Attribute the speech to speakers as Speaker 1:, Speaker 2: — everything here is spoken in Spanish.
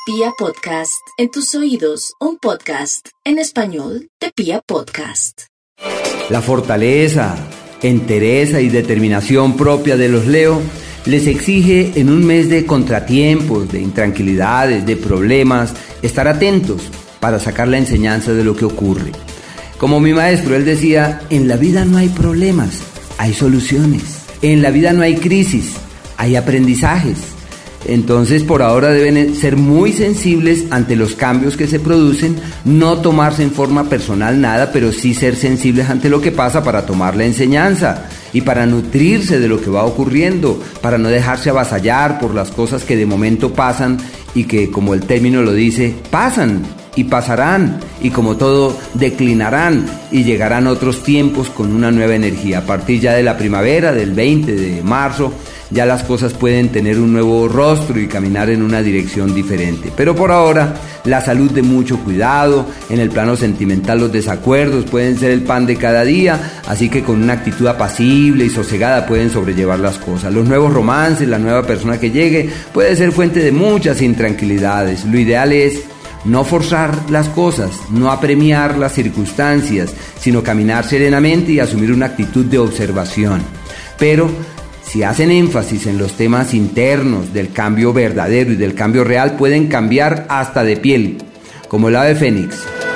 Speaker 1: Pia Podcast, en tus oídos, un podcast en español de Pia Podcast.
Speaker 2: La fortaleza, entereza y determinación propia de los Leo les exige en un mes de contratiempos, de intranquilidades, de problemas, estar atentos para sacar la enseñanza de lo que ocurre. Como mi maestro, él decía, en la vida no hay problemas, hay soluciones. En la vida no hay crisis, hay aprendizajes. Entonces, por ahora deben ser muy sensibles ante los cambios que se producen, no tomarse en forma personal nada, pero sí ser sensibles ante lo que pasa para tomar la enseñanza y para nutrirse de lo que va ocurriendo, para no dejarse avasallar por las cosas que de momento pasan y que, como el término lo dice, pasan y pasarán, y como todo, declinarán y llegarán otros tiempos con una nueva energía. A partir ya de la primavera, del 20 de marzo, ya las cosas pueden tener un nuevo rostro y caminar en una dirección diferente. Pero por ahora, la salud de mucho cuidado. En el plano sentimental, los desacuerdos pueden ser el pan de cada día, así que con una actitud apacible y sosegada pueden sobrellevar las cosas. Los nuevos romances, la nueva persona que llegue, puede ser fuente de muchas intranquilidades. Lo ideal es no forzar las cosas, no apremiar las circunstancias, sino caminar serenamente y asumir una actitud de observación. Pero si hacen énfasis en los temas internos del cambio verdadero y del cambio real, pueden cambiar hasta de piel, como el ave fénix.